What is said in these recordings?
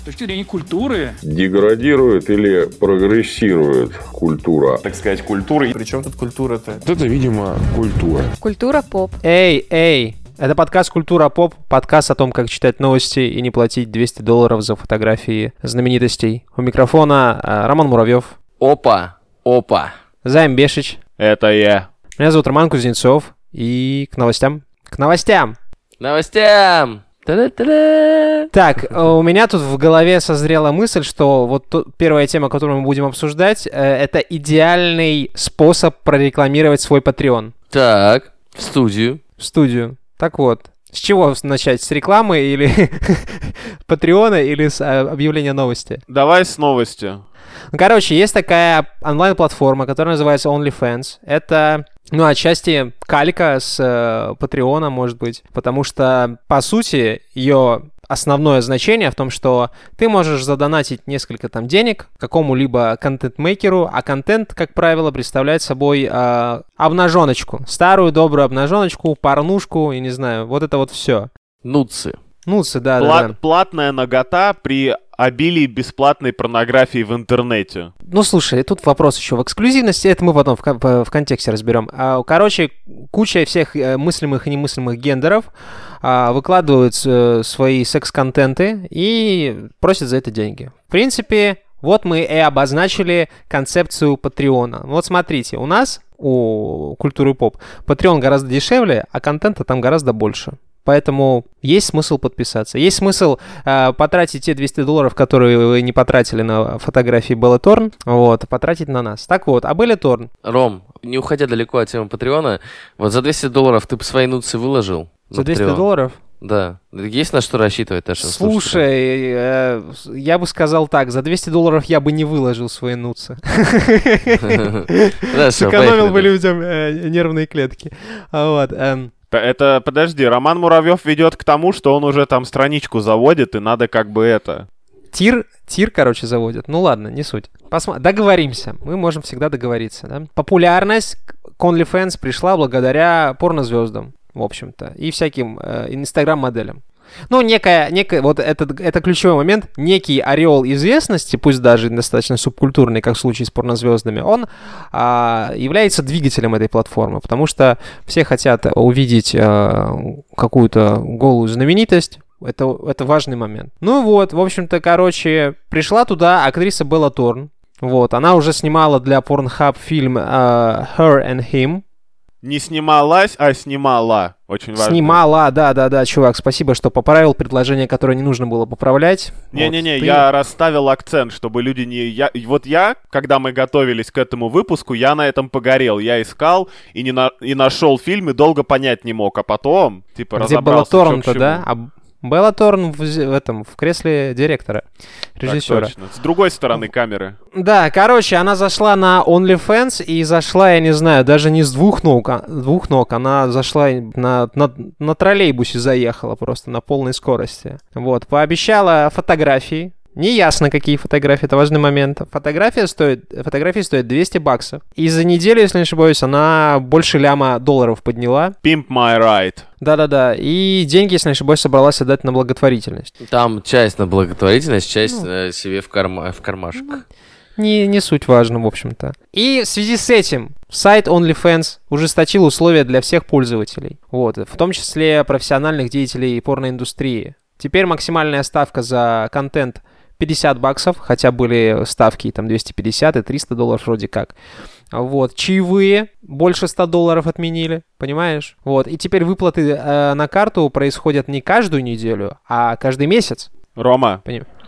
С точки зрения культуры... Деградирует или прогрессирует культура? Так сказать, культура. Причем тут культура-то? Вот это, видимо, культура. Культура поп. Эй! Это подкаст «Культура поп», подкаст о том, как читать новости и не платить $200 за фотографии знаменитостей. У микрофона Роман Муравьев. Опа. Займ Бешич. Это я. Меня зовут Роман Кузнецов. И к новостям. Та-да-та-да! Так, у меня тут в голове созрела мысль, что вот первая тема, которую мы будем обсуждать, это идеальный способ прорекламировать свой Patreon. Так, в студию. Так вот, с чего начать? С рекламы или Патреона, или с объявления новости? Давай с новости. Короче, есть такая онлайн-платформа, которая называется OnlyFans. Это, отчасти калька с Патреона, может быть, потому что, по сути, ее основное значение в том, что ты можешь задонатить несколько там денег какому-либо контент-мейкеру, а контент, как правило, представляет собой обнаженочку. Старую добрую обнаженочку, порнушку, я не знаю, вот это вот все. Нуцы, да. Платная нагота при обилии бесплатной порнографии в интернете. Слушай, тут вопрос еще в эксклюзивности, это мы потом в контексте разберем. Короче, куча всех мыслимых и немыслимых гендеров выкладывают свои секс-контенты и просят за это деньги. В принципе, вот мы и обозначили концепцию Патреона. Вот смотрите, у нас, у Культуры Поп, Патреон гораздо дешевле, а контента там гораздо больше. Поэтому есть смысл подписаться. Есть смысл потратить те $200, которые вы не потратили на фотографии Беллы Торн, потратить на нас. Так вот, а Беллы Торн? Ром, не уходя далеко от темы Патреона, вот за $200 ты бы свои нуцы выложил? За $200? Да. Есть на что рассчитывать нашим слушателям? Слушай, я бы сказал так, за $200 я бы не выложил свои нуцы. Сэкономил бы людям нервные клетки. Это, подожди, Роман Муравьев ведет к тому, что он уже там страничку заводит, и надо Тир, заводит. Ну ладно, не суть. Договоримся. Мы можем всегда договориться, да? Популярность к OnlyFans пришла благодаря порнозвездам, в общем-то, и всяким инстаграм-моделям. Вот это ключевой момент, некий ореол известности, пусть даже достаточно субкультурный, как в случае с порнозвездами, он является двигателем этой платформы, потому что все хотят увидеть какую-то голую знаменитость. Это важный момент. В общем-то, пришла туда актриса Белла Торн. Она уже снимала для Pornhub фильм Her and Him. Не снималась, а снимала. Очень важно. Снимала, да, чувак, спасибо, что поправил предложение, которое не нужно было поправлять. Я расставил акцент, чтобы люди не... когда мы готовились к этому выпуску, я на этом погорел. Я искал и нашел фильм, и долго понять не мог. А потом, разобрался, Белла Торн-то, да? Белла Торн в кресле директора, режиссера. Так точно. С другой стороны камеры. Да, она зашла на OnlyFans и зашла, я не знаю, даже не с двух ног, она зашла на троллейбусе, заехала просто на полной скорости. Пообещала фотографии. Неясно, какие фотографии, это важный момент. Фотографии стоят $200. И за неделю, если не ошибаюсь, она больше $1 подняла. Pimp my ride. Да. И деньги, если не ошибаюсь, собралась отдать на благотворительность. Там часть на благотворительность, часть себе в кармашек. Не суть важно, в общем-то. И в связи с этим сайт OnlyFans ужесточил условия для всех пользователей. В том числе профессиональных деятелей порноиндустрии. Теперь максимальная ставка за контент $50, хотя были ставки там $250 и $300 вроде как. Чаевые больше $100 отменили, понимаешь? И теперь выплаты на карту происходят не каждую неделю, а каждый месяц. Роман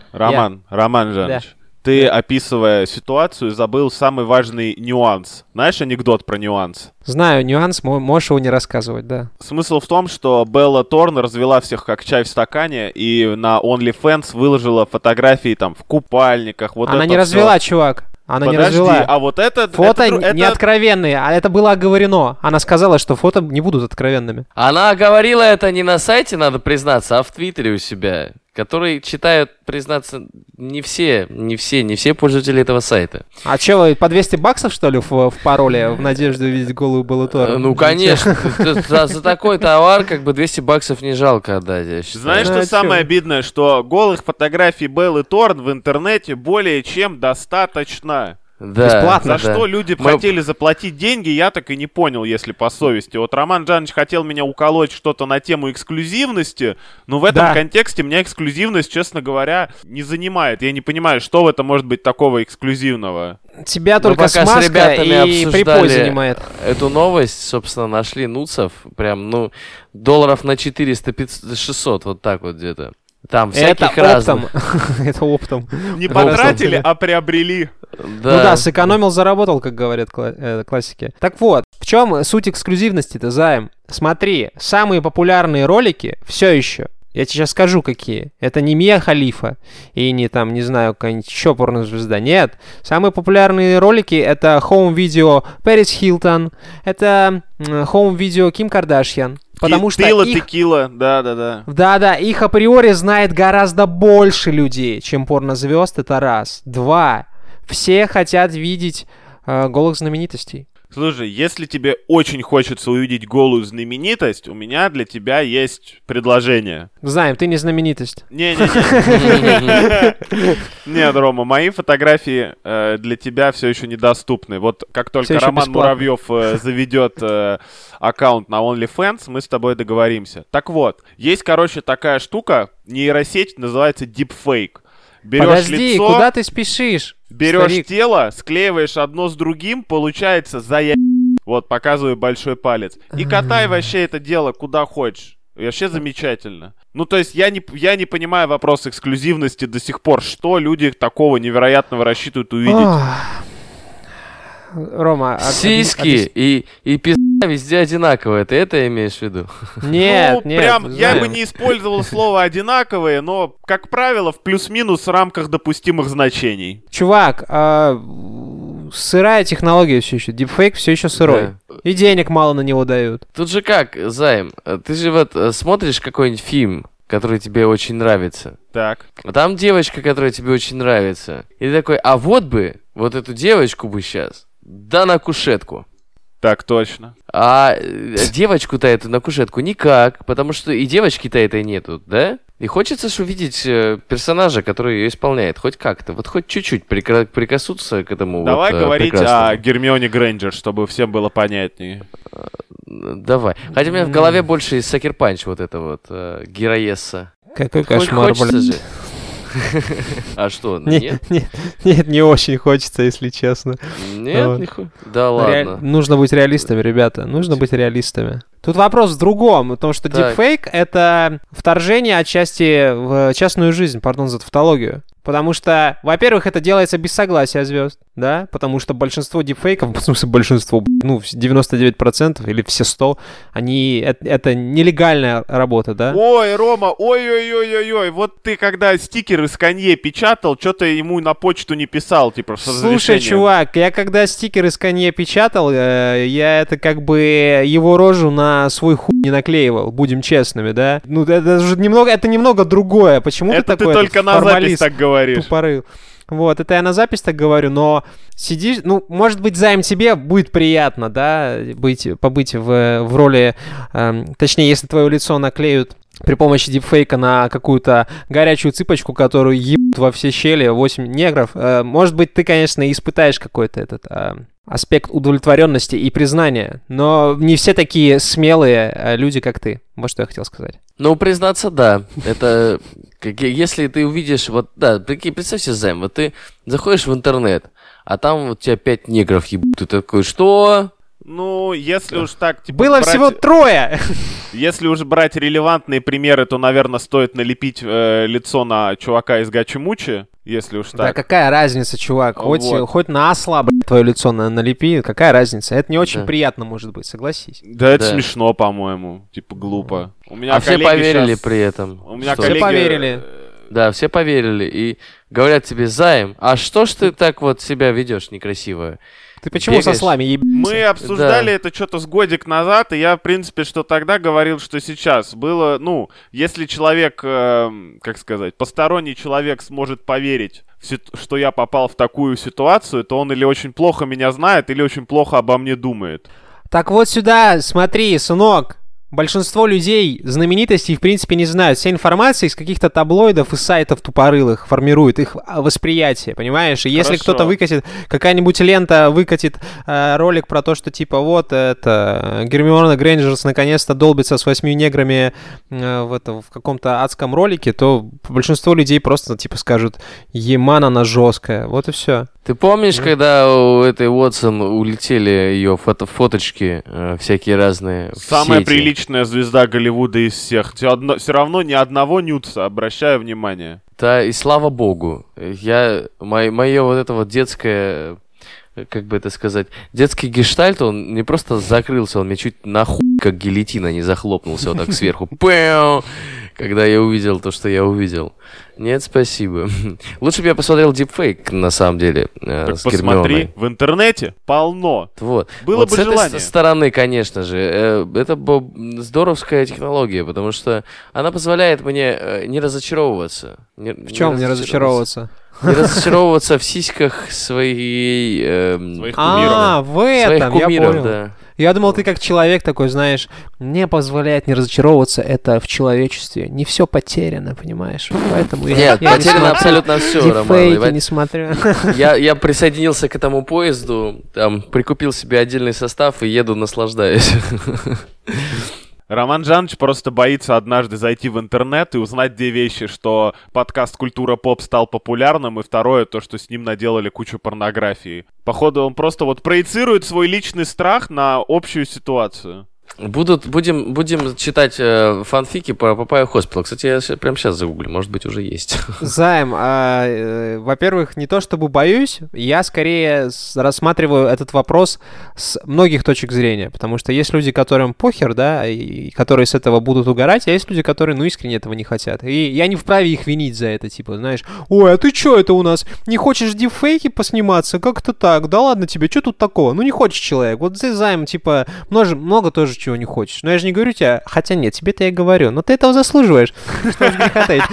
Жаныч, ты, описывая ситуацию, забыл самый важный нюанс. Знаешь анекдот про нюанс? Знаю нюанс, можешь его не рассказывать, да. Смысл в том, что Белла Торн развела всех как чай в стакане и на OnlyFans выложила фотографии там в купальниках. Она не развела, чувак. Она не развела. А вот это... Фото не откровенные, а это было оговорено. Она сказала, что фото не будут откровенными. Она говорила это не на сайте, надо признаться, а в Твиттере у себя. который читают, признаться, не все пользователи этого сайта. А че, вы по 200 баксов, что ли, в пароле, в надежде увидеть голую Балатору? Ну, конечно. За такой товар, как бы, 200 баксов не жалко отдать, я считаю. Знаешь, что самое обидное? Что голых фотографий Беллы Торн в интернете более чем достаточно. Да, бесплатно. За что люди хотели заплатить деньги, я так и не понял, если по совести. Вот Роман Джанович хотел меня уколоть что-то на тему эксклюзивности, но в этом контексте меня эксклюзивность, честно говоря, не занимает. Я не понимаю, что в этом может быть такого эксклюзивного. Тебя только смазка и припой занимает. Эту новость, собственно, нашли нуцев прям, долларов на 400-500-600, вот так вот где-то. Там всяких разных. Это оптом. Не потратили, а приобрели. Да. Ну да, сэкономил, заработал, как говорят классики. Так вот, в чем суть эксклюзивности-то, Займ? Смотри, самые популярные ролики все еще. Я тебе сейчас скажу, какие. Это не Мия Халифа и не там, не знаю, какая-нибудь еще порнозвезда. Нет. Самые популярные ролики — это хоум-видео Пэрис Хилтон, это хоум-видео Ким Кардашьян. Потому что текила, да. Да, их априори знает гораздо больше людей, чем порнозвезд, это раз. Два. Все хотят видеть голых знаменитостей. Слушай, если тебе очень хочется увидеть голую знаменитость, у меня для тебя есть предложение. Знаем, ты не знаменитость. Нет, Рома, мои фотографии для тебя все еще недоступны. Вот как только Роман Муравьев заведет аккаунт на OnlyFans, мы с тобой договоримся. Так вот, есть, такая штука, нейросеть, называется Deepfake. Подожди, лицо, куда ты спешишь? Берешь тело, склеиваешь одно с другим, получается Вот, показываю большой палец. И катай вообще это дело куда хочешь. Вообще замечательно. Ну, то есть я не понимаю вопрос эксклюзивности до сих пор. Что люди такого невероятного рассчитывают увидеть? Рома, сиськи и пизда везде одинаковые. Ты это имеешь в виду? Нет, прям я бы не использовал слово одинаковые, но, как правило, в плюс-минус рамках допустимых значений. Чувак, сырая технология все еще. Дипфейк все еще сырой. Да. И денег мало на него дают. Тут же как, Займ, ты же вот смотришь какой-нибудь фильм, который тебе очень нравится. Так. Там девочка, которая тебе очень нравится. И ты такой, а вот эту девочку бы сейчас. Да на кушетку. Так точно. А девочку-то эту на кушетку никак, потому что и девочки-то этой нету, да? И хочется же увидеть персонажа, который ее исполняет, хоть как-то, вот хоть чуть-чуть прикоснуться к этому. Давай говорить прекрасному. о Гермионе Грейнджер, чтобы всем было понятнее. Давай. Хотя у меня в голове больше Сакер Панч вот это вот, героесса. Какой кошмар, блин. А что, нет? Нет, не очень хочется, если честно. Нет, не хочется. Да ладно. Нужно быть реалистами, ребята, нужно быть реалистами. Тут вопрос в другом, потому что дипфейк — это вторжение отчасти в частную жизнь, пардон за тавтологию. Потому что, во-первых, это делается без согласия звезд, да? Потому что большинство дипфейков, в смысле большинство, 99% или все 100, это нелегальная работа, да? Ой, Рома, ой-ой-ой-ой-ой, вот ты когда стикеры с Канье печатал, что-то ему на почту не писал, типа, с разрешением. Слушай, чувак, я когда стикеры с Канье печатал, я это как бы его рожу на свой хуй не наклеивал, будем честными, да? Ну, это же немного другое. Почему ты такой Это ты только на запись так говоришь. Тупорыл. Вот, это я на запись так говорю, но сидишь, может быть, Займ, тебе будет приятно, да, побыть в роли, точнее, если твое лицо наклеют при помощи дипфейка на какую-то горячую цыпочку, которую ебут во все щели 8 негров, может быть, ты, конечно, и испытаешь какой-то этот аспект удовлетворенности и признания, но не все такие смелые люди, как ты. Вот что я хотел сказать. Ну, признаться, да. Это если ты увидишь, представь себе, Займ, вот ты заходишь в интернет, а там вот тебя 5 негров ебут, ты такой, что? Ну, если уж так... Было всего 3! Если уж брать релевантные примеры, то, наверное, стоит налепить лицо на чувака из Гачи-Мучи, если уж так. Да какая разница, чувак? Хоть на осла, блядь, твое лицо налепи, какая разница? Это не очень приятно, может быть, согласись. Да, это смешно, по-моему. Типа, глупо. У меня все поверили при этом. У меня все поверили. Да, все поверили. И говорят тебе: Займ, а что ж ты так вот себя ведешь некрасиво? Ты почему со Бегаешь. слами ебешься? Мы обсуждали это что-то с годик назад, и я, в принципе, что тогда говорил, что сейчас было, ну, если человек, как сказать, посторонний человек сможет поверить, что я попал в такую ситуацию, то он или очень плохо меня знает, или очень плохо обо мне думает. Так вот сюда, смотри, сынок. Большинство людей, знаменитостей, в принципе, не знают. Вся информация из каких-то таблоидов и сайтов тупорылых формирует их восприятие, понимаешь? И если Хорошо. кто-то выкатит, какая-нибудь лента выкатит ролик про то, что типа вот это Гермиона Грейнджерс наконец-то долбится с 8 неграми в каком-то адском ролике, то большинство людей просто типа скажут: «Еман, она жесткая». Вот и все. Ты помнишь, когда у этой Уотсон улетели ее фоточки всякие разные в Самая сети? приличная звезда Голливуда из всех. Все равно ни одного нюдса, обращаю внимание. Да, и слава богу. Мое вот это вот детское, как бы это сказать, детский гештальт, он не просто закрылся, он мне чуть нахуй, как гильотина, не захлопнулся вот так сверху. Пэу! Когда я увидел то, что я увидел. Нет, спасибо. Лучше бы я посмотрел дипфейк, на самом деле, Так с посмотри, Гермионой. в интернете полно. Вот. Было Вот бы с этой желание. стороны, конечно же, это здоровская технология, потому что она позволяет мне не разочаровываться. В чем не разочаровываться? Не разочаровываться в сиськах своей... Своих А, кумиров. в своих этом, я кумиров, понял. да. Я думал, ты как человек такой, знаешь, мне позволяет не разочаровываться это в человечестве. Не все потеряно, понимаешь? Поэтому я Нет, не потеряно смотрю. абсолютно все, Дипфейки Роман. не смотрю. Я присоединился к этому поезду, там, прикупил себе отдельный состав и еду, наслаждаюсь. Роман Жанович просто боится однажды зайти в интернет и узнать две вещи, что подкаст «Культура поп» стал популярным, и второе, то, что с ним наделали кучу порнографии. Походу, он просто вот проецирует свой личный страх на общую ситуацию. Будем читать фанфики про Папайя Хоспитал. Кстати, я прямо сейчас загуглю, может быть, уже есть. Займ, во-первых, не то чтобы боюсь, я скорее рассматриваю этот вопрос с многих точек зрения, потому что есть люди, которым похер, да, и которые с этого будут угорать, а есть люди, которые, ну, искренне этого не хотят. И я не вправе их винить за это, типа, знаешь, ой, а ты чё это у нас, не хочешь дипфейки посниматься? Как-то так, да ладно тебе, что тут такого? Ну, не хочешь человек, вот ты, Займ, типа, много тоже чего не хочешь. Но я же не говорю тебе, хотя нет, тебе-то я говорю, но ты этого заслуживаешь. Что ж греха таить.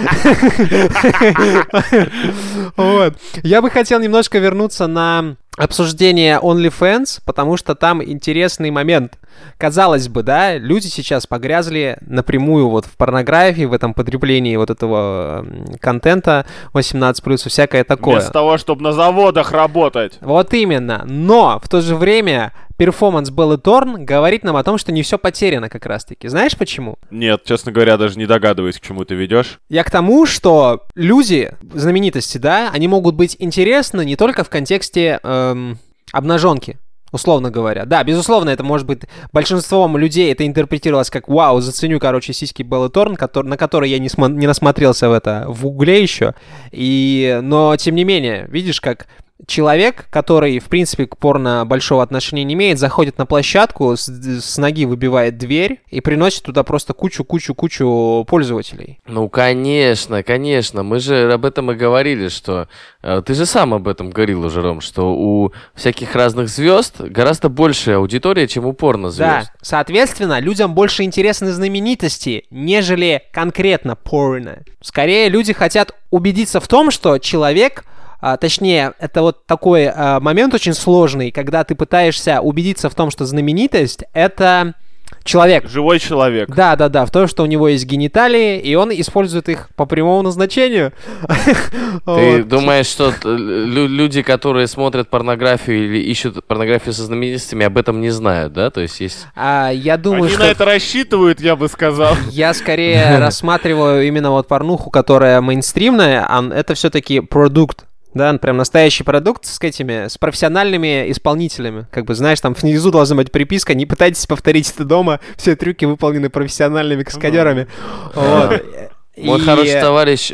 Вот. Я бы хотел немножко вернуться на обсуждение OnlyFans, потому что там интересный момент. Казалось бы, да, люди сейчас погрязли напрямую вот в порнографии, в этом потреблении вот этого контента 18+, и всякое такое. Вместо того, чтобы на заводах работать. Вот именно. Но в то же время перформанс Беллы Торн говорит нам о том, что не все потеряно как раз-таки. Знаешь почему? Нет, честно говоря, даже не догадываюсь, к чему ты ведешь. Я к тому, что люди, знаменитости, да, они могут быть интересны не только в контексте обнаженки, условно говоря. Да, безусловно, это может быть большинством людей это интерпретировалось как «Вау, заценю, короче, сиськи Беллы Торн», на которые я не насмотрелся в гугле еще. Но, тем не менее, видишь, как человек, который, в принципе, к порно большого отношения не имеет, заходит на площадку, с ноги выбивает дверь и приносит туда просто кучу пользователей. Ну, конечно, мы же об этом и говорили, что... Ты же сам об этом говорил уже, Ром, что у всяких разных звезд гораздо большая аудитория, чем у порнозвезд. Да, соответственно, людям больше интересны знаменитости, нежели конкретно порно. Скорее, люди хотят убедиться в том, что человек... Точнее, это вот такой момент очень сложный, когда ты пытаешься убедиться в том, что знаменитость — это человек. Живой человек. Да, в том, что у него есть гениталии, и он использует их по прямому назначению. Ты думаешь, что люди, которые смотрят порнографию или ищут порнографию со знаменитостями, об этом не знают, да? То есть есть... Я думаю, Они что... на это рассчитывают, я бы сказал. Я скорее рассматриваю именно вот порнуху, которая мейнстримная, а это все-таки продукт. Да, прям настоящий продукт с профессиональными исполнителями. Как бы, знаешь, там внизу должна быть приписка: не пытайтесь повторить это дома, все трюки выполнены профессиональными каскадерами. Вот. Мой хороший товарищ,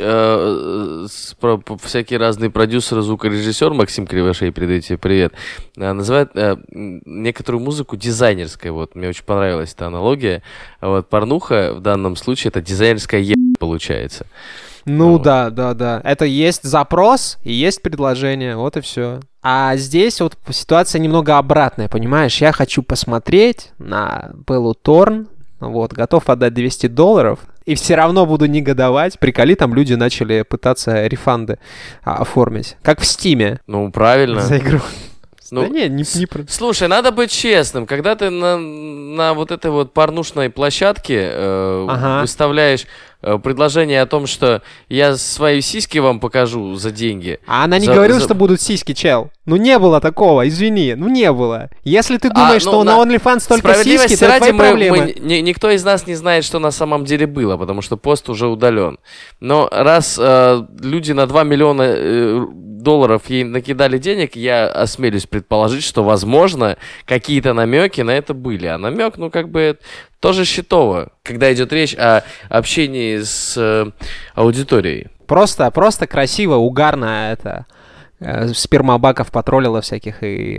всякие разные продюсеры, звукорежиссер Максим Кривошей, передаю тебе привет, называет некоторую музыку дизайнерской. Вот, мне очень понравилась эта аналогия. Вот, порнуха в данном случае это дизайнерская получается. Ну Вот. да. Это есть запрос и есть предложение, вот и все. А здесь вот ситуация немного обратная, понимаешь? Я хочу посмотреть на Беллу Торн, вот, готов отдать $200, и все равно буду негодовать. Приколи, там люди начали пытаться рефанды оформить. Как в Стиме Ну, правильно. за игру. Ну, Да не Слушай, надо быть честным. Когда ты на вот этой вот порнушной площадке Ага. выставляешь предложение о том, что я свои сиськи вам покажу за деньги. А она не За- говорила, за- что будут сиськи, чел. Ну не было такого, извини. Ну не было. Если ты думаешь, ну, что на OnlyFans только Справедливости сиськи, то это ради, твои проблемы. никто из нас не знает, что на самом деле было, потому что пост уже удален. Но раз люди на 2 миллиона долларов ей накидали денег, я осмелюсь предположить, что, возможно, какие-то намеки на это были. А намек, ну, как бы, тоже счетово, когда идет речь о общении с аудиторией. Просто красиво, угарно это. Спермобаков потроллила всяких и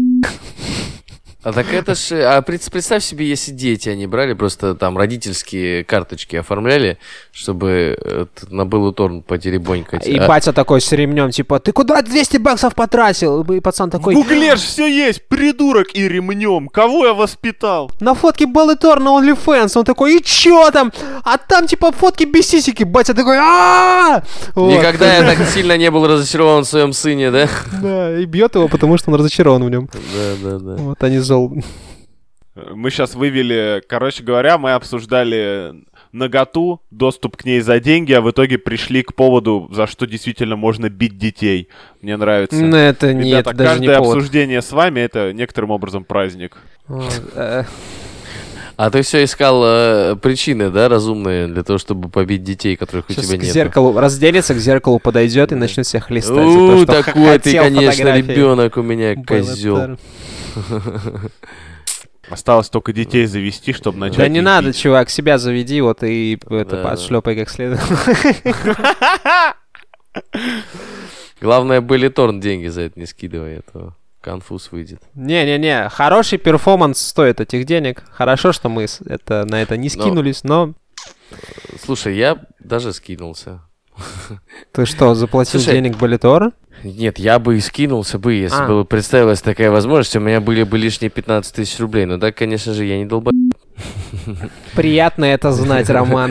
А так это ж... представь себе, если дети, они брали, просто там родительские карточки оформляли, чтобы на Беллу Торн потеребонькать. И батя такой с ремнем, типа, ты куда $200 потратил? И пацан В такой, гугле ж все есть, придурок и ремнем. Кого я воспитал? на фотке Беллы Торн на OnlyFans. Он такой, и чё там? А там типа фотки без сисики. Батя такой, а Никогда я так сильно не был разочарован в своем сыне, да? Да, и бьет его, потому что он разочарован в нем. Да. Вот они зол. Мы сейчас вывели, короче говоря, мы обсуждали наготу, доступ к ней за деньги, а в итоге пришли к поводу, за что действительно можно бить детей. Мне нравится. Ну это нет, Ребята, даже не каждое повод. обсуждение с вами — это некоторым образом праздник. А ты все искал причины, да, разумные для того, чтобы побить детей, которых у Сейчас тебя к нет. зеркалу разделится, к зеркалу подойдет и начнет всех хлестать. за то, что Такой ты, хотел конечно, фотографии. ребенок у меня, Беллы козел. Торн. Осталось только детей завести, чтобы начать. Да не их надо, бить. чувак, себя заведи, вот и это Да. подшлепай как следует. Главное, Белле Торн деньги за это не скидывай, а то конфуз выйдет. Не-не-не, хороший перформанс стоит этих денег. Хорошо, что мы на это не скинулись, но Слушай, я даже скинулся. ты что, заплатил Слушай, денег Белле Торн? Нет, я бы и скинулся бы, если А. бы представилась такая возможность, у меня были бы лишние 15 тысяч рублей. Но так, конечно же, я не долбоеб. Приятно это знать, Роман.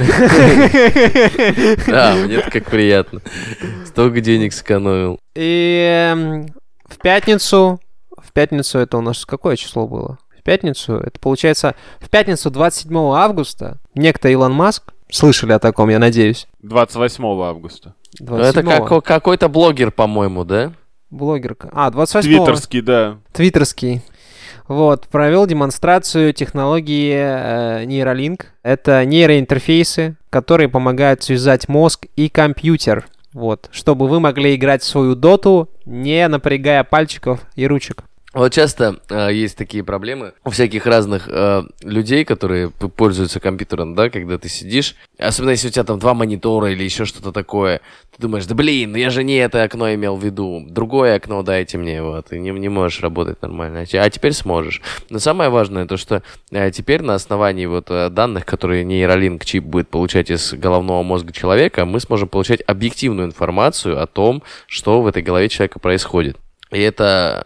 Да, мне как приятно. Столько денег сэкономил. И в пятницу это у нас какое число было? В пятницу, это получается, в пятницу 27 августа некто Илон Маск, слышали о таком, я надеюсь. 28 августа. Ну, это 27-го. какой-то блогер, по-моему, да? Блогерка. 28 Твиттерский, да. Твиттерский. Вот, провел демонстрацию технологии Neuralink. Это нейроинтерфейсы, которые помогают связать мозг и компьютер. Вот, чтобы вы могли играть в свою доту, не напрягая пальчиков и ручек. Вот часто есть такие проблемы у всяких разных людей, которые пользуются компьютером, да, когда ты сидишь, особенно если у тебя там 2 монитора или еще что-то такое, ты думаешь, да блин, ну я же не это окно имел в виду, другое окно дайте мне, вот, и не можешь работать нормально, а теперь сможешь. Но самое важное то, что теперь на основании вот данных, которые Neuralink чип будет получать из головного мозга человека, мы сможем получать объективную информацию о том, что в этой голове человека происходит. И это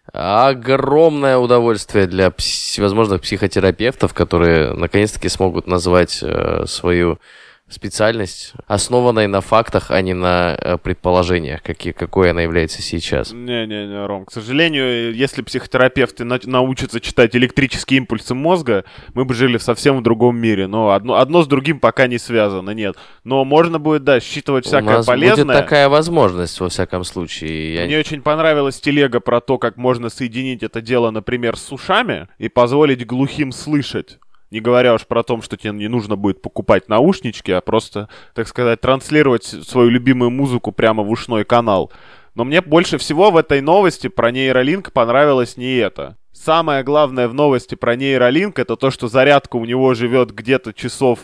огромное удовольствие для всевозможных психотерапевтов, которые наконец-таки смогут назвать свою специальность, основанной на фактах, а не на предположениях, какой она является сейчас. Не-не-не, Ром, к сожалению, если психотерапевты научатся читать электрические импульсы мозга, мы бы жили в совсем другом мире. Но одно с другим пока не связано, нет. Но можно будет, да, считывать всякое У нас полезное. будет такая возможность, во всяком случае. Мне очень понравилась телега про то, как можно соединить это дело, например, с ушами и позволить глухим слышать. Не говоря уж про то, что тебе не нужно будет покупать наушнички, а просто, так сказать, транслировать свою любимую музыку прямо в ушной канал. Но мне больше всего в этой новости про Neuralink понравилось не это. Самое главное в новости про Neuralink — это то, что зарядка у него живет где-то часов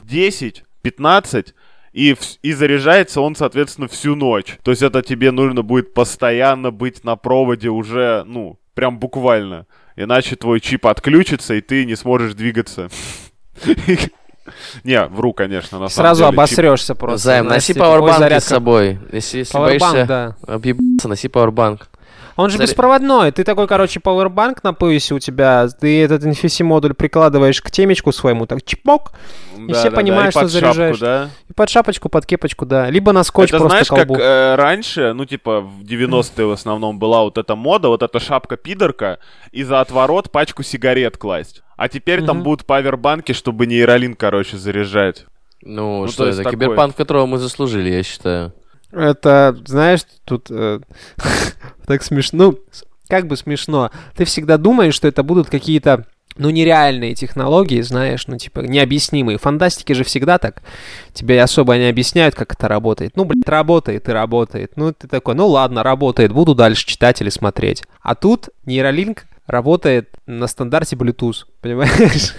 10-15, и заряжается он, соответственно, всю ночь. То есть это тебе нужно будет постоянно быть на проводе уже, ну, прям буквально. Иначе твой чип отключится, и ты не сможешь двигаться. Не, вру, конечно, на самом Сразу деле. обосрешься просто. Займ, носи пауэрбанк с собой. Если боишься да. объебаться, носи пауэрбанк. Он же беспроводной. Ты такой, короче, пауэрбанк на поясе у тебя, ты этот NFC-модуль прикладываешь к темечку своему, так чпок, и все понимают, что заряжаешь. Да? И под шапочку, под кепочку, да. Либо на скотч это просто знаешь, колбу. как раньше, ну, типа, в 90-е в основном была вот эта мода, вот эта шапка-пидорка, и за отворот пачку сигарет класть. А теперь там будут павербанки, чтобы нейролин, короче, заряжать. Ну что это, киберпанк, которого мы заслужили, я считаю. Это, знаешь, тут так смешно, как бы смешно. Ты всегда думаешь, что это будут какие-то, ну, нереальные технологии, знаешь, ну, типа, необъяснимые. Фантастики же всегда так. Тебе особо не объясняют, как это работает. Ну, блядь, работает и работает. Ну, ты такой, ну, ладно, работает, буду дальше читать или смотреть. А тут нейролинк работает на стандарте Bluetooth, понимаешь?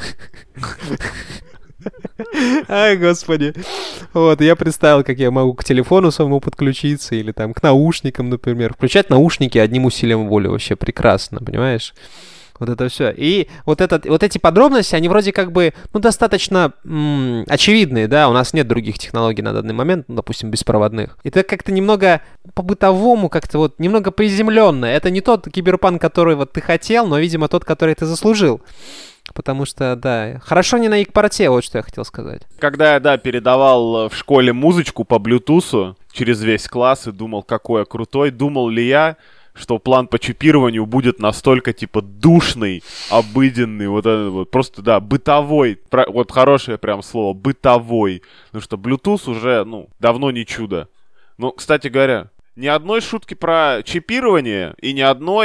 Ай, господи. Вот, я представил, как я могу к телефону самому подключиться или там к наушникам, например. Включать наушники одним усилием воли вообще прекрасно, понимаешь? Вот это все. И вот эти подробности, они вроде как бы, ну, достаточно очевидные, да, у нас нет других технологий на данный момент, ну, допустим, беспроводных. И это как-то немного по-бытовому, как-то вот немного приземленно. Это не тот киберпанк, который вот ты хотел, но, видимо, тот, который ты заслужил. Потому что, да, хорошо не на икпорте, вот что я хотел сказать. Когда я, да, передавал в школе музычку по блютусу через весь класс и думал, какой я крутой, думал ли я, что план по чипированию будет настолько, типа, душный, обыденный, вот это вот, просто, да, бытовой, вот хорошее прям слово, бытовой. Потому что Bluetooth уже, ну, давно не чудо. Ну, кстати говоря, ни одной шутки про чипирование и ни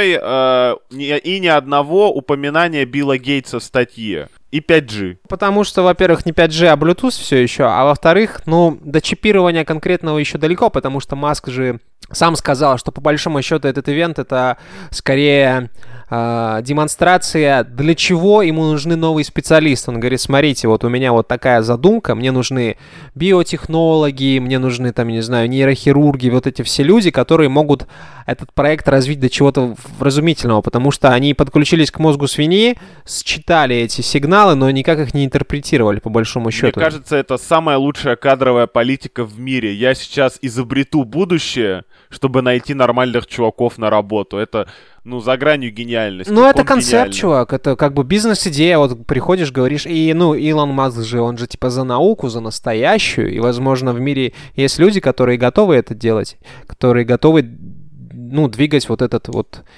одного упоминания Билла Гейтса в статье. И 5G. Потому что, во-первых, не 5G, а Bluetooth все еще, а во-вторых, ну, до чипирования конкретного еще далеко, потому что Маск же сам сказал, что по большому счету этот ивент — это скорее демонстрация, для чего ему нужны новые специалисты. Он говорит, смотрите, вот у меня вот такая задумка, мне нужны биотехнологи, мне нужны, там, не знаю, нейрохирурги, вот эти все люди, которые могут этот проект развить до чего-то вразумительного, потому что они подключились к мозгу свиньи, считали эти сигналы, но никак их не интерпретировали, по большому счету. Мне кажется, это самая лучшая кадровая политика в мире. Я сейчас изобрету будущее, чтобы найти нормальных чуваков на работу. Это, ну, за гранью гениальности. Ну, это концепт, чувак, это как бы бизнес-идея, вот приходишь, говоришь, и, ну, Илон Маск же, он же типа за науку, за настоящую, и, возможно, в мире есть люди, которые готовы это делать, которые готовы, ну, двигать вот этот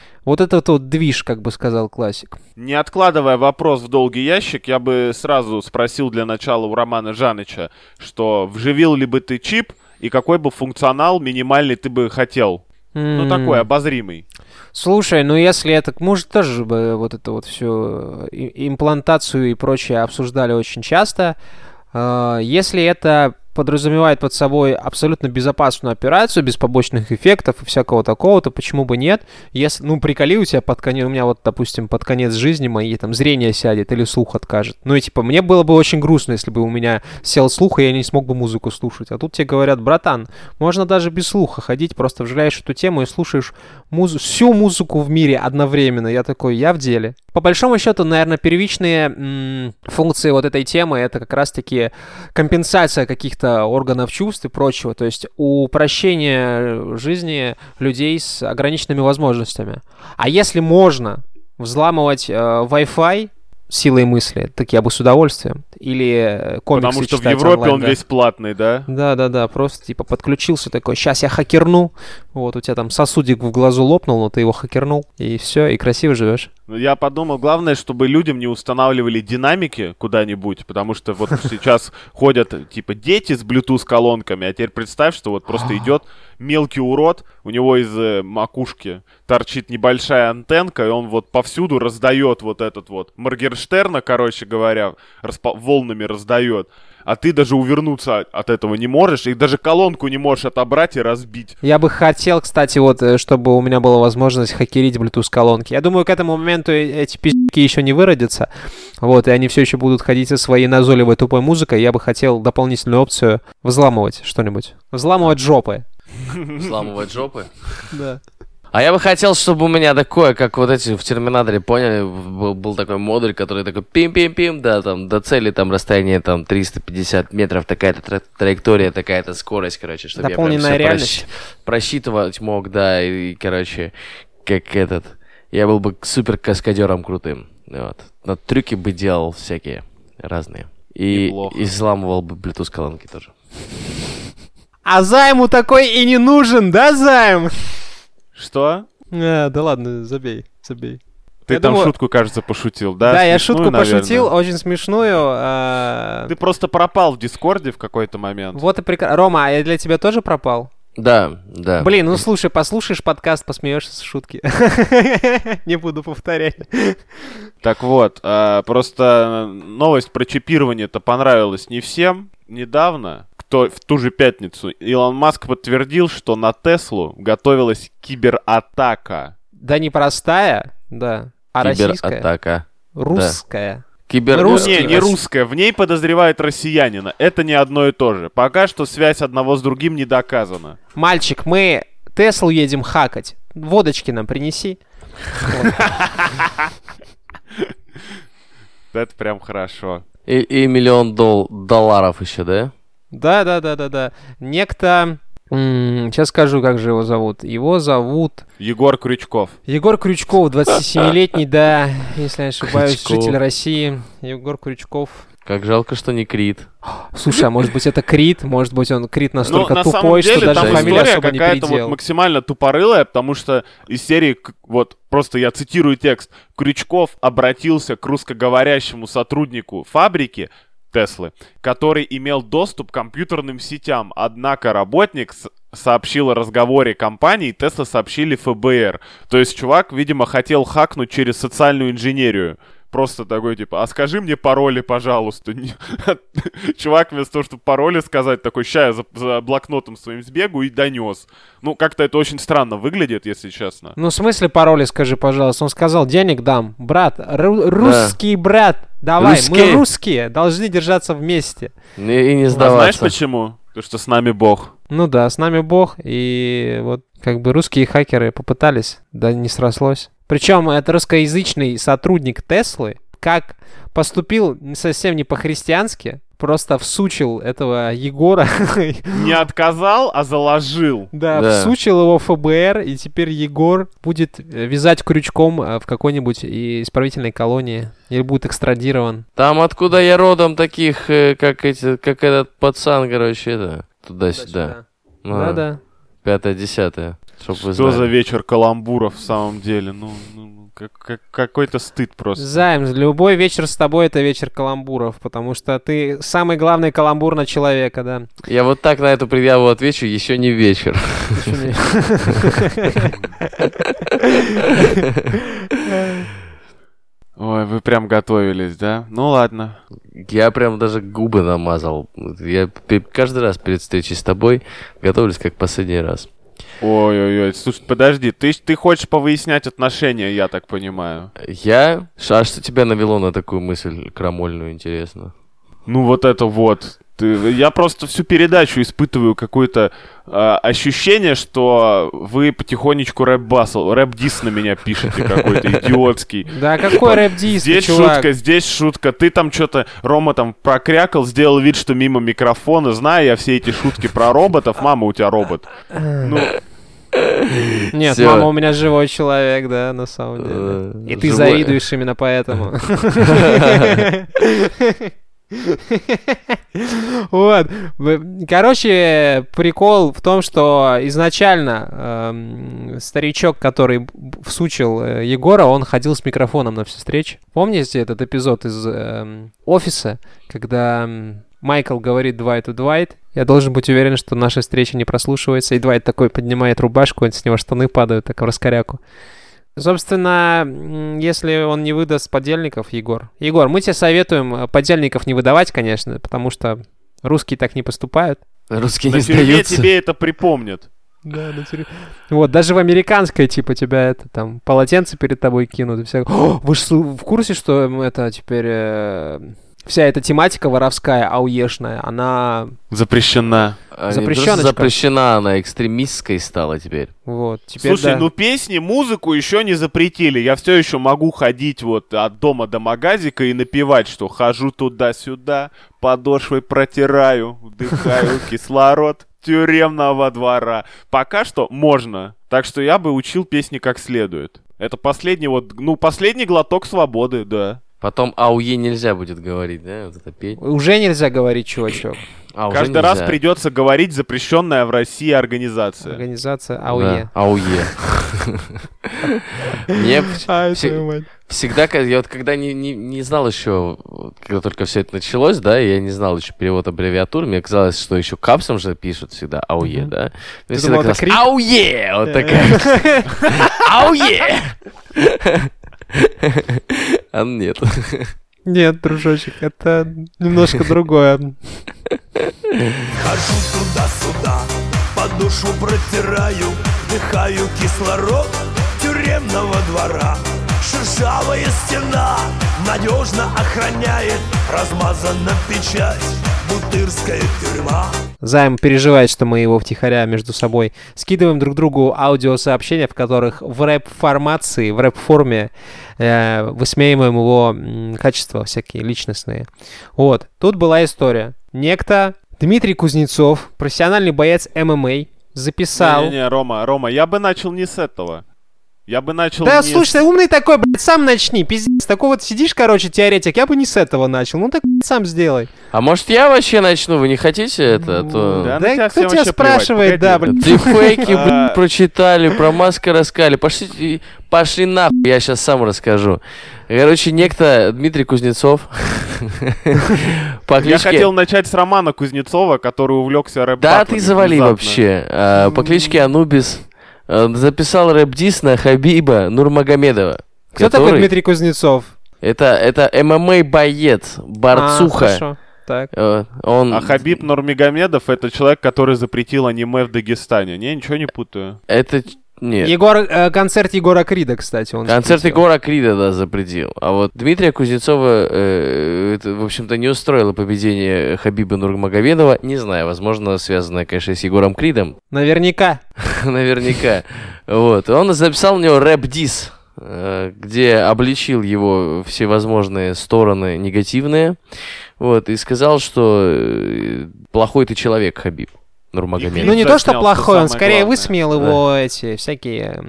вот движ, как бы сказал классик. Не откладывая вопрос в долгий ящик, я бы сразу спросил для начала у Романа Жаныча, что вживил ли бы ты чип, и какой бы функционал минимальный ты бы хотел? Ну, такой обозримый. Слушай, ну если это... Мы же тоже вот это вот всю имплантацию и прочее обсуждали очень часто. Если это подразумевает под собой абсолютно безопасную операцию, без побочных эффектов и всякого такого, то почему бы нет? Если, ну, приколи у тебя под конец, у меня вот, допустим, под конец жизни мои там зрение сядет или слух откажет. Ну и типа, мне было бы очень грустно, если бы у меня сел слух, и я не смог бы музыку слушать. А тут тебе говорят, братан, можно даже без слуха ходить, просто вживляешь эту тему и слушаешь всю музыку в мире одновременно. Я такой, я в деле. По большому счету, наверное, первичные функции вот этой темы — это как раз-таки компенсация каких-то органов чувств и прочего, то есть упрощение жизни людей с ограниченными возможностями. А если можно взламывать Wi-Fi силой мысли, так я бы с удовольствием. Или комиксы Потому что в читать Европе онлайн, он да. весь платный, да? Да, просто типа подключился такой, сейчас я хакерну, вот у тебя там сосудик в глазу лопнул, но ты его хакернул, и все, и красиво живешь. Я подумал, главное, чтобы людям не устанавливали динамики куда-нибудь, потому что вот сейчас ходят, типа, дети с Bluetooth-колонками, а теперь представь, что вот просто идет мелкий урод, у него из макушки торчит небольшая антенка, и он вот повсюду раздает вот этот вот Моргенштерна, короче говоря, волнами раздает. А ты даже увернуться от этого не можешь, и даже колонку не можешь отобрать и разбить. Я бы хотел, кстати, вот, чтобы у меня была возможность хакерить Bluetooth-колонки. Я думаю, к этому моменту эти пиздики еще не выродятся, вот, и они все еще будут ходить со своей назойливой тупой музыкой. Я бы хотел дополнительную опцию взламывать что-нибудь. Взламывать жопы. Взламывать жопы? Да. А я бы хотел, чтобы у меня такое, как вот эти в Терминаторе, поняли, был такой модуль, который такой пим-пим-пим, да, там, до цели, там, расстояние, там, 350 метров, такая-то траектория, такая-то скорость, короче, чтобы я прям Дополненная всё реальность. просчитывать мог, да, и, короче, как этот, я был бы супер-каскадером крутым, вот. Но трюки бы делал всякие разные. И Неплохо. взламывал бы Bluetooth-колонки тоже. А займу такой и не нужен, да, займ? Что? Да ладно, забей. Ты Я там думаю- шутку, кажется, пошутил, да? Да, я Смешную, шутку наверное. пошутил, очень смешную. Ты просто пропал в Дискорде в какой-то момент. Вот и прекрасно. Рома, а я для тебя тоже пропал? Да. Блин, ну слушай, послушаешь подкаст, посмеешься с шутки. Не буду повторять. Так вот, просто новость про чипирование-то понравилась не всем. Недавно, в ту же пятницу, Илон Маск подтвердил, что на Теслу готовилась кибератака. Да не простая, да, а российская. Кибератака. Русская. Не, не русская, в ней подозревает россиянина. Это не одно и то же. Пока что связь одного с другим не доказана. Мальчик, мы Теслу едем хакать. Водочки нам принеси. Это прям хорошо. И $1 миллион долларов еще, да? Да. Некто... Сейчас скажу, как же его зовут. Его зовут... Егор Крючков. Егор Крючков, 27-летний, да, если я не ошибаюсь, Крючков. житель России. Егор Крючков. Как жалко, что не Крит. Слушай, а может быть это Крит? Может быть он Крит настолько на самом тупой, деле, что даже там фамилию история особо не какая-то вот переделал. максимально тупорылая, потому что из серии, вот просто я цитирую текст, Крючков обратился к русскоговорящему сотруднику фабрики Теслы, который имел доступ к компьютерным сетям. Однако работник сообщил о разговоре компании, Тесла сообщили ФБР. То есть чувак, видимо, хотел хакнуть через социальную инженерию. Просто такой, типа, а скажи мне пароли, пожалуйста. Чувак вместо того, чтобы пароли сказать, такой, ща я за блокнотом своим сбегу и донес. Ну, как-то это очень странно выглядит, если честно. Ну, в смысле пароли, скажи, пожалуйста. Он сказал, денег дам. Брат, русский брат, давай, мы Русские. русские, должны держаться вместе. И не А знаешь сдаваться. почему? Потому что с нами Бог. Ну да, с нами Бог, и вот как бы русские хакеры попытались, да не срослось. Причем это русскоязычный сотрудник Теслы, как поступил совсем не по-христиански, просто всучил этого Егора. Не отказал, а заложил. Да, Да. всучил его в ФБР, и теперь Егор будет вязать крючком в какой-нибудь исправительной колонии, или будет экстрадирован. Там, откуда я родом, таких, как этот пацан, короче, это, туда-сюда. Ну, Да-да. 5-10, чтоб вы Что за знали. вечер каламбуров в самом деле? Ну, какой-то стыд просто. Займ, любой вечер с тобой это вечер каламбуров, потому что ты самый главный каламбур на человека, да. Я вот так на эту предъяву отвечу, еще не вечер. Ой, вы прям готовились, да? Ну ладно. Я прям даже губы намазал. Я каждый раз перед встречей с тобой готовлюсь как последний раз. Ой-ой-ой, слушай, подожди, ты хочешь повыяснять отношения, я так понимаю. А что тебя навело на такую мысль крамольную, интересно? Ну вот это вот. Я просто всю передачу испытываю какое-то ощущение, что вы потихонечку рэп-дис на меня пишете какой-то идиотский. Да какой рэп-диск, Здесь чувак? шутка, здесь шутка. Ты там что-то, Рома там прокрякал, сделал вид, что мимо микрофона. Знаю я все эти шутки про роботов. Мама, у тебя робот. Ну, Нет, Всё. мама у меня живой человек, да, на самом деле. И ты Живой. завидуешь именно поэтому. Вот. Короче, прикол в том, что изначально старичок, который всучил Егора, он ходил с микрофоном на всю встречу. Помните этот эпизод из «Офиса», когда Майкл говорит Двайту: я должен быть уверен, что наша встреча не прослушивается. И Двайт такой поднимает рубашку, с него штаны падают, так в раскоряку. Собственно, если он не выдаст подельников, Егор, мы тебе советуем подельников не выдавать, конечно, потому что русские так не поступают. Русские на не тюрьме сдаются. тебе это припомнят. Да, вот, даже в американской, типа, тебя это, там, полотенце перед тобой кинут, и все. О, вы же в курсе, что это теперь вся эта тематика воровская, ауешная, она Запрещена. запрещеночка. Запрещена она, экстремистской стала теперь. Вот, теперь Слушай, да. ну песни, музыку еще не запретили. Я все еще могу ходить вот от дома до магазика и напевать, что хожу туда-сюда, подошвой протираю, вдыхаю кислород тюремного двора. Пока что можно. Так что я бы учил песни как следует. Это последний последний глоток свободы, да. Потом АУЕ нельзя будет говорить, да, вот это петь. Уже нельзя говорить, чувачок. Уже Каждый раз нельзя. придется говорить запрещенная в России организация. Организация Да, АУЕ. АУЕ. Мне Ай, Все- твою мать. всегда, я вот когда не знал еще, когда только все это началось, да, я не знал еще перевод аббревиатур, мне казалось, что еще капсом же пишут всегда АУЕ, да. Ты Мне всегда думал, это казалось, крик? АУЕ! Вот такая. АУЕ! А нет. Нет, дружочек, это немножко другое. Хожу туда-сюда, подошву протираю, вдыхаю кислород тюремного двора. Шершавая стена надежно охраняет, размазана печать, бутырская тюрьма. Займ переживает, что мы его втихаря между собой скидываем друг другу аудиосообщения, в которых в рэп-формации, в рэп-форме высмеиваем его качества всякие личностные. Вот. Тут была история. Некто Дмитрий Кузнецов, профессиональный боец ММА, записал... Не-не-не, Рома, я бы начал не с этого. Я бы начал Да, не слушай, ты умный такой, блядь, сам начни, пиздец. Такой вот сидишь, короче, теоретик, я бы не с этого начал. Ну так, блядь, сам сделай. А может я вообще начну? Вы не хотите это? А то- Да, на Да тебя кто всем тебя вообще плевать, спрашивает, да, погоди. блядь. Ты фейки, блин, прочитали, про Маска рассказали. Пошли нахуй, я сейчас сам расскажу. Короче, некто Дмитрий Кузнецов по Я кличке... хотел начать с Романа Кузнецова, который увлекся рэп. Да ты завали вообще. По кличке Анубис записал рэп-дис на Хабиба Нурмагомедова. Кто такой Дмитрий Кузнецов? Это ММА-боец, борцуха. Хорошо. Так. Он... А Хабиб Нурмагомедов — это человек, который запретил аниме в Дагестане. Не, ничего не путаю. Это... Нет. Концерт Егора Крида, кстати, он Концерт запретил. Егора Крида, да, запретил. А вот Дмитрия Кузнецова, это, в общем-то, не устроило поведение Хабиба Нурмагомедова. Не знаю, возможно, связанное, конечно, с Егором Кридом. Наверняка. Наверняка. Вот. Он записал у него рэп-дис, где обличил его всевозможные стороны негативные. Вот. И сказал, что плохой ты человек, Хабиб Нурмагомедов. Ну не то, что заснял, плохой, он самое скорее главное. высмеял его эти всякие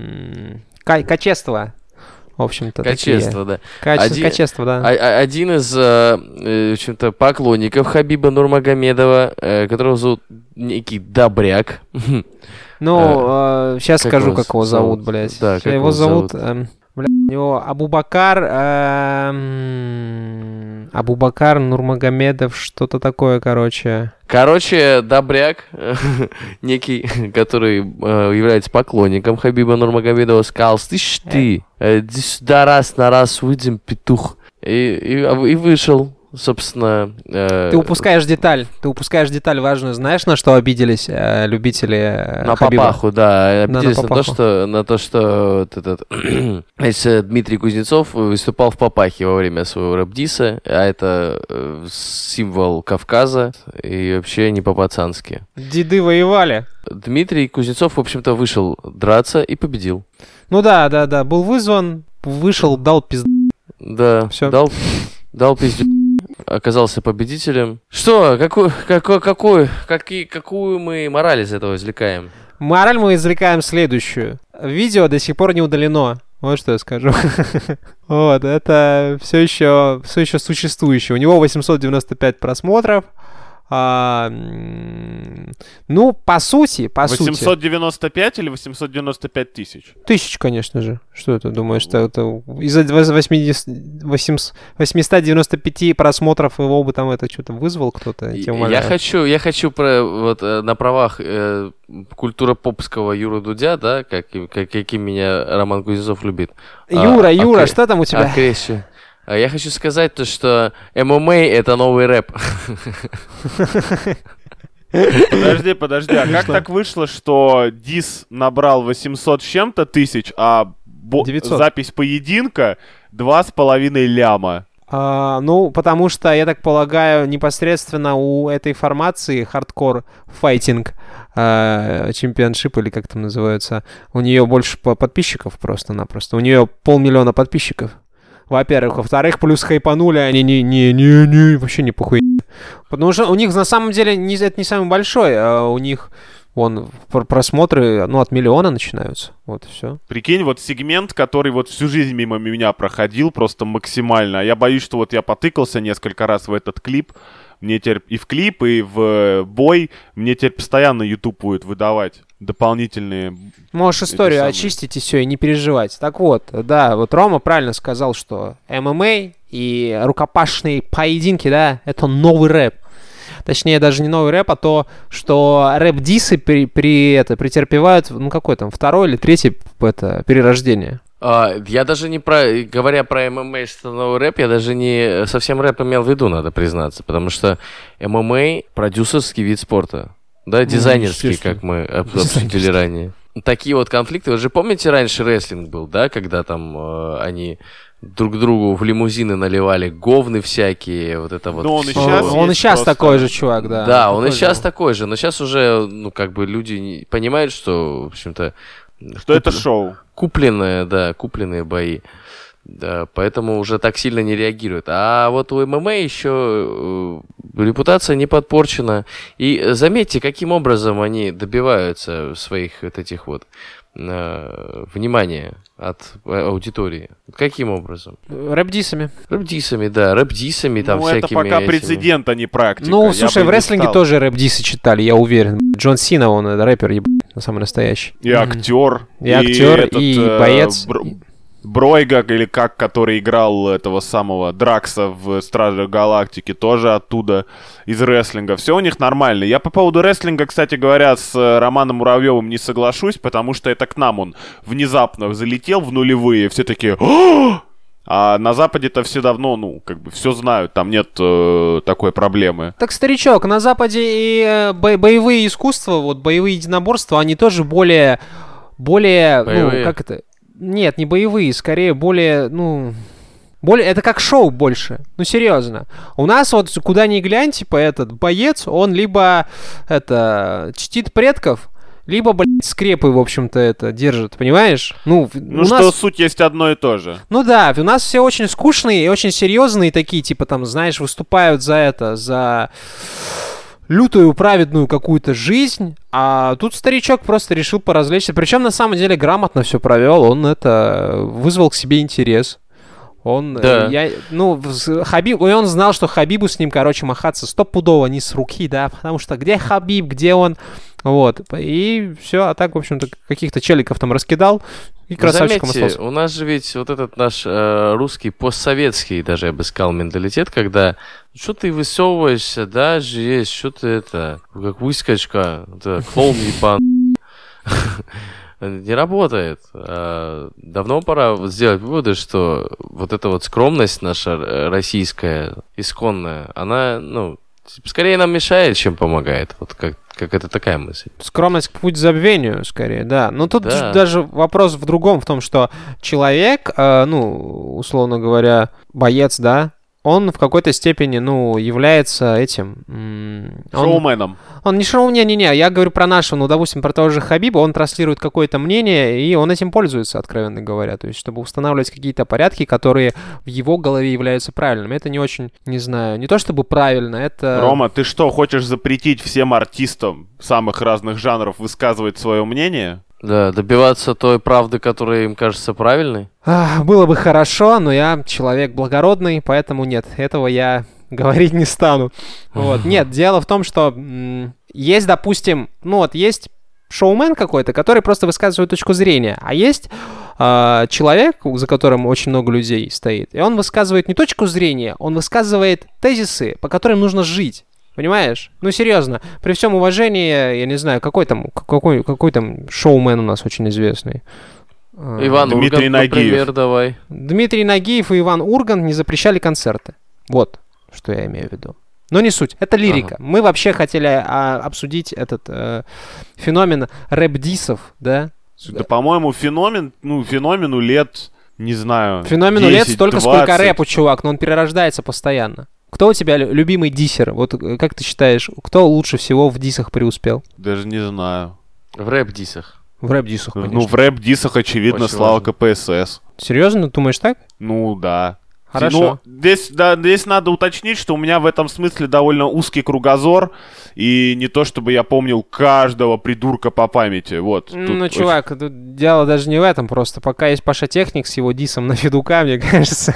качества. В общем-то, Качество, да. такие. Качества, да. Один из, в общем-то, поклонников Хабиба Нурмагомедова, которого зовут некий Добряк. Ну, сейчас как скажу, его как его зовут, блядь. Да, как Его его зовут... зовут? Блядь, у него Абубакар Нурмагомедов, что-то такое, короче. Короче, Добряк, некий, который является поклонником Хабиба Нурмагомедова, сказал: «Слышь ты, иди сюда раз на раз, выйдем, петух». И вышел, собственно... Ты упускаешь деталь важную. Знаешь, на что обиделись любители На Хабиба? папаху, да. Обиделись на папаху. на то, что вот этот Дмитрий Кузнецов выступал в папахе во время своего рэп-диса, а это символ Кавказа и вообще не по-пацански. Деды воевали. Дмитрий Кузнецов, в общем-то, вышел драться и победил. Ну да, был вызван, вышел, дал пизд... Да, Всё. дал пиздец. Оказался победителем. Что? Какую мы мораль из этого извлекаем? Мораль мы извлекаем следующую. Видео до сих пор не удалено. Вот что я скажу. Вот, это все еще существующее. У него 895 просмотров. Ну, по сути... 895 или 895 тысяч? Тысяч, конечно же. Что ты думаешь? Что это из-за 895 просмотров его бы там это что-то вызвал кто-то? Я тебя умоляю. Я хочу на правах культура-попского Юры Дудя, да, каким меня Роман Кузнецов любит. Юра, что там у тебя? Окрещу. Я хочу сказать то, что ММА — это новый рэп. Подожди, а как так вышло, что дис набрал 800 с чем-то тысяч, а 900. запись поединка 2,5 ляма? Ну, потому что, я так полагаю, непосредственно у этой формации хардкор файтинг чемпионшип, или как там называется, у нее больше подписчиков просто-напросто. У нее 500 000 подписчиков. Во-первых. Во-вторых, плюс хайпанули они вообще не похуй. Потому что у них на самом деле это не самый большой, а у них просмотры, от 1 миллиона начинаются. Вот и все. Прикинь, вот сегмент, который вот всю жизнь мимо меня проходил просто максимально. Я боюсь, что вот я потыкался несколько раз в этот клип. Мне теперь и в клип, и в бой мне теперь постоянно YouTube будет выдавать дополнительные... Можешь историю очистить и все, и не переживать. Так вот, да, вот Рома правильно сказал, что ММА и рукопашные поединки, да, это новый рэп. Точнее, даже не новый рэп, а то, что рэп-дисы претерпевают, какой там, 2-й или 3-й перерождение. Я даже говоря про ММА, что новый рэп, я даже не совсем рэп имел в виду, надо признаться, потому что ММА продюсерский вид спорта, да, дизайнерский, как мы обсудили ранее. Такие вот конфликты, вы же помните, раньше рестлинг был, да, когда там они друг другу в лимузины наливали говны всякие, вот это вот. Но он и сейчас такой же чувак, да. Да, он и сейчас такой же, но сейчас уже, люди понимают, что, в общем-то, что это шоу. Купленные бои. Да, поэтому уже так сильно не реагируют. А вот у ММА еще репутация не подпорчена. И заметьте, каким образом они добиваются своих вот этих вот внимания от аудитории. Каким образом? Рэп-дисами. Да, рэп-дисами там всякими. Это пока прецедент, а не практика. Слушай, в рестлинге тоже рэп-дисы читали, я уверен. Джон Сина, он рэпер, самый настоящий. И актер. И боец. Бройга, или который играл этого самого Дракса в Стражах Галактики, тоже оттуда, из рестлинга. Все у них нормально. Я по поводу рестлинга, кстати говоря, с Романом Муравьевым не соглашусь, потому что это к нам он внезапно залетел в нулевые. Все такие... А на Западе-то все давно, все знают, там нет такой проблемы. Так, старичок, на Западе и боевые искусства, боевые единоборства, они тоже более, как это... Нет, не боевые, скорее более, это как шоу больше. Серьезно. У нас вот куда ни глянь, этот боец, он либо, чтит предков, либо, скрепы, в общем-то, держит, понимаешь? У нас... суть есть одно и то же. Да, у нас все очень скучные и очень серьезные такие, выступают за лютую праведную какую-то жизнь, а тут старичок просто решил поразвлечься. Причем на самом деле грамотно все провел, он вызвал к себе интерес. Он знал, что Хабибу с ним, махаться стопудово не с руки, да, потому что где Хабиб, где он, и все, а так, в общем-то, каких-то челиков там раскидал, и красавчиком остался. У нас же ведь вот этот наш русский постсоветский, даже я бы сказал, менталитет, когда что ты высовываешься, да, есть, что ты как выскочка, клоун ебан. Не работает. Давно пора сделать выводы, что вот эта вот скромность наша российская, исконная, она, скорее нам мешает, чем помогает. Вот как это такая мысль. Скромность к путь к забвению, скорее, да. Но тут даже вопрос в другом, в том, что человек, условно говоря, боец, да, он в какой-то степени, является этим... Шоуменом. Он не шоумен, не-не-не, я говорю про нашего, допустим, про того же Хабиба, он транслирует какое-то мнение, и он этим пользуется, откровенно говоря, то есть, чтобы устанавливать какие-то порядки, которые в его голове являются правильными. Это не очень, не знаю, не то чтобы правильно, это... Рома, ты что, хочешь запретить всем артистам самых разных жанров высказывать свое мнение? Да, добиваться той правды, которая им кажется правильной? Было бы хорошо, но я человек благородный, поэтому нет, этого я говорить не стану. Нет, дело в том, что есть, допустим, есть шоумен какой-то, который просто высказывает свою точку зрения, а есть человек, за которым очень много людей стоит, и он высказывает не точку зрения, он высказывает тезисы, по которым нужно жить. Понимаешь? Серьезно, при всем уважении, я не знаю, какой там шоумен у нас очень известный. Иван Дмитрий Ургант, Нагиев. Например, давай. Дмитрий Нагиев и Иван Ургант не запрещали концерты. Вот, что я имею в виду. Но не суть, это лирика. Ага. Мы вообще хотели обсудить этот феномен рэп-дисов, да? Да, по-моему, феномену лет не знаю, Феномену лет 10, столько, 20. сколько рэпу, чувак, но он перерождается постоянно. Кто у тебя любимый диссер? Вот как ты считаешь, кто лучше всего в диссах преуспел? Даже не знаю. В рэп-дисах. В рэп-диссах, конечно. Ну, в рэп-дисах, очевидно, Очень Слава важно. КПСС. Серьезно, думаешь так? Ну, да. Хорошо. Ну, здесь надо уточнить, что у меня в этом смысле довольно узкий кругозор, и не то, чтобы я помнил каждого придурка по памяти. Вот. Ну, тут чувак, тут дело даже не в этом, просто пока есть Паша Техник с его дисом на Федука, мне кажется,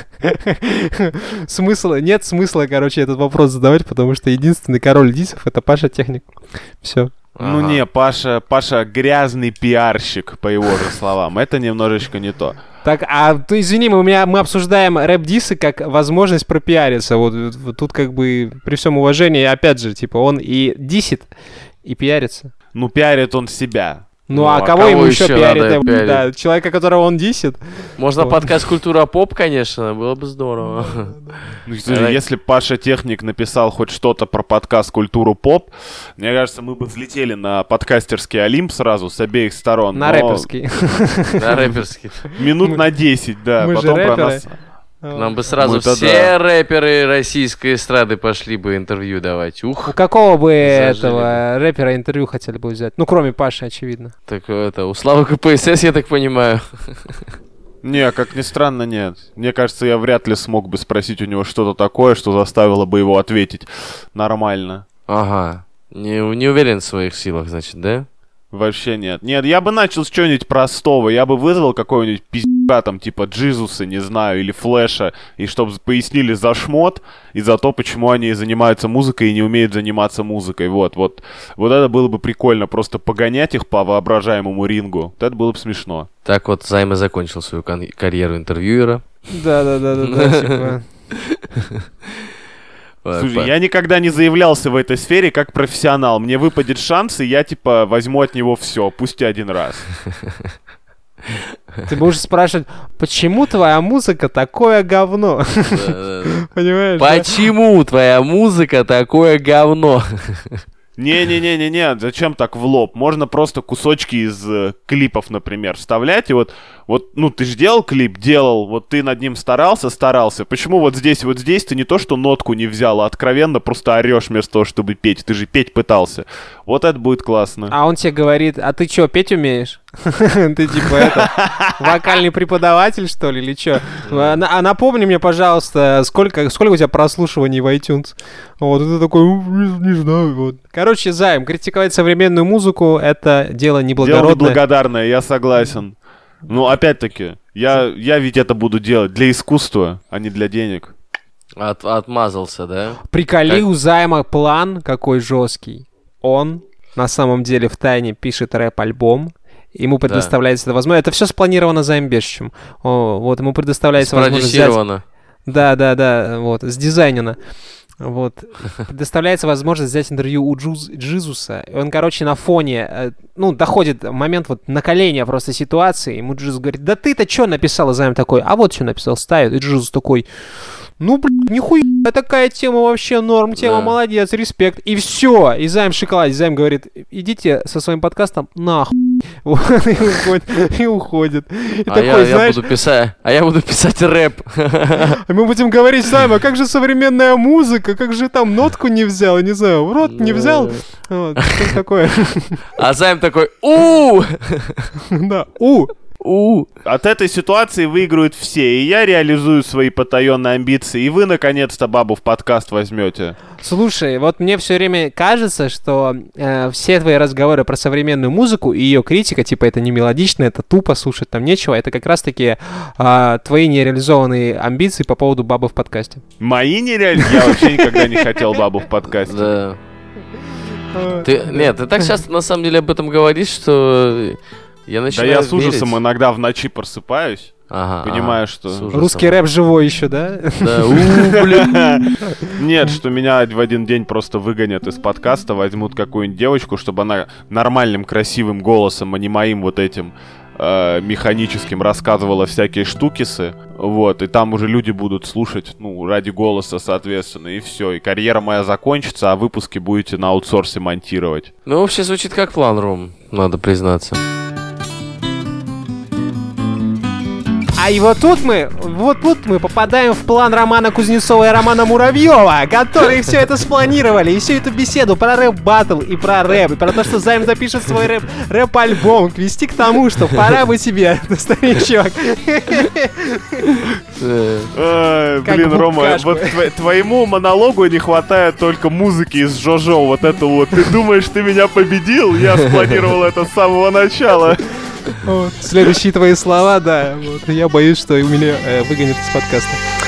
нет смысла, короче, этот вопрос задавать, потому что единственный король дисов — это Паша Техник. Все. Ну Ага. не, Паша грязный пиарщик, по его же словам. Это немножечко не то. Так, извини, мы обсуждаем рэп-дисы как возможность пропиариться. Вот тут как бы при всем уважении, опять же, типа, он и дисит, и пиарится. Ну, пиарит он себя. Ну, а кого ему еще ещё пиарит? надо пиарить? Да, человека, которого он дисит. Можно Вот. подкаст «Культура поп», конечно, было бы здорово. Ну, слушай, если Паша Техник написал хоть что-то про подкаст «Культуру поп», мне кажется, мы бы взлетели на подкастерский Олимп сразу с обеих сторон. На но рэперский. Да, рэперский. Минут на 10, да. мы же Потом про рэперы. нас... Нам бы сразу Мы-то все рэперы российской эстрады пошли бы интервью давать. У Ух, какого бы Зажили этого рэпера интервью хотели бы взять? Ну, кроме Паши, очевидно. так это, у Славы КПСС, я так понимаю. Не, как ни странно, нет. Мне кажется, я вряд ли смог бы спросить у него что-то такое, что заставило бы его ответить нормально. Ага. Не уверен в своих силах, значит, да? Вообще нет. Нет, я бы начал с чего-нибудь простого. Я бы вызвал какого-нибудь пиздюка, там, типа Джизуса, не знаю, или Флэша, и чтобы пояснили за шмот и за то, почему они занимаются музыкой и не умеют заниматься музыкой. Вот это было бы прикольно, просто погонять их по воображаемому рингу. Вот это было бы смешно. Так вот, Займ и закончил свою карьеру интервьюера. Да, типа. Слушай, я никогда не заявлялся в этой сфере как профессионал. Мне выпадет шанс, и я, типа, возьму от него все, пусть и один раз. Ты будешь спрашивать, почему твоя музыка такое говно? Понимаешь? да? Почему твоя музыка такое говно? Не-не-не-не-не, зачем так в лоб? Можно просто кусочки из клипов, например, вставлять, и вот, ну, ты же делал клип? Делал, вот ты над ним старался. Почему вот здесь ты не то, что нотку не взял, а откровенно просто орешь вместо того, чтобы петь? Ты же петь пытался. Вот это будет классно. А он тебе говорит, а ты чё, петь умеешь? Ты типа вокальный преподаватель, что ли, или чё? А напомни мне, пожалуйста, сколько у тебя прослушиваний в iTunes? Вот, и ты такой, не знаю, вот. Короче, Займ, критиковать современную музыку — это дело Дело неблагородное. неблагодарное, я согласен. Ну, опять-таки, я ведь это буду делать для искусства, а не для денег. Отмазался, да? Приколи, Как? у Займа план какой жесткий. Он на самом деле втайне пишет рэп-альбом. Ему предоставляется это возможность. Это все спланировано Займбешичем. Вот, ему предоставляется возможность взять... Спродюсировано. Да, вот, сдизайнено. Вот. Предоставляется возможность взять интервью у Джизуса. И он, короче, на фоне, доходит момент вот накаления просто ситуации. Ему Джизус говорит, да ты-то что написал? И Займ такой, а вот что написал, ставит. И Джизус такой, ну, нихуя, такая тема вообще норм, тема, Да. молодец, респект. И все. И Займ шоколад. Займ говорит, идите со своим подкастом нахуй. Вот, и уходит. И такой, я буду писать рэп. и мы будем говорить, Займ, а как же современная музыка? Как же там нотку не взял? Не знаю, в рот не взял? Вот, что такое? А Займ такой, Да, От этой ситуации выиграют все, и я реализую свои потаенные амбиции, и вы, наконец-то, бабу в подкаст возьмете. Слушай, вот мне все время кажется, что все твои разговоры про современную музыку и ее критика, типа это не мелодично, это тупо, слушать там нечего, это как раз-таки твои нереализованные амбиции по поводу бабы в подкасте. Мои нереальные? Я вообще никогда не хотел бабу в подкасте. Да. Нет, ты так часто на самом деле об этом говоришь, что я Да начинаю я с ужасом верить. иногда в ночи просыпаюсь, понимаю, что... с ужасом. Русский рэп живой еще, да? Да, блин. Нет, что меня в один день просто выгонят из подкаста, возьмут какую-нибудь девочку, чтобы она нормальным, красивым голосом, а не моим вот этим механическим рассказывала всякие штукисы, вот, и там уже люди будут слушать, ради голоса, соответственно, и все, и карьера моя закончится, а выпуски будете на аутсорсе монтировать. Ну, вообще звучит как план, Ром, надо признаться. А и вот тут мы попадаем в план Романа Кузнецова и Романа Муравьева, которые все это спланировали, и всю эту беседу про рэп-баттл и про рэп, и про то, что Займ запишет свой рэп-альбом, вести к тому, что пора бы тебе, старичок. Блин, Рома, вот твоему монологу не хватает только музыки из Жожо, вот это вот. Ты думаешь, ты меня победил? Я спланировал это с самого начала. Следующие твои слова, да. Я боюсь, что меня выгонят из подкаста.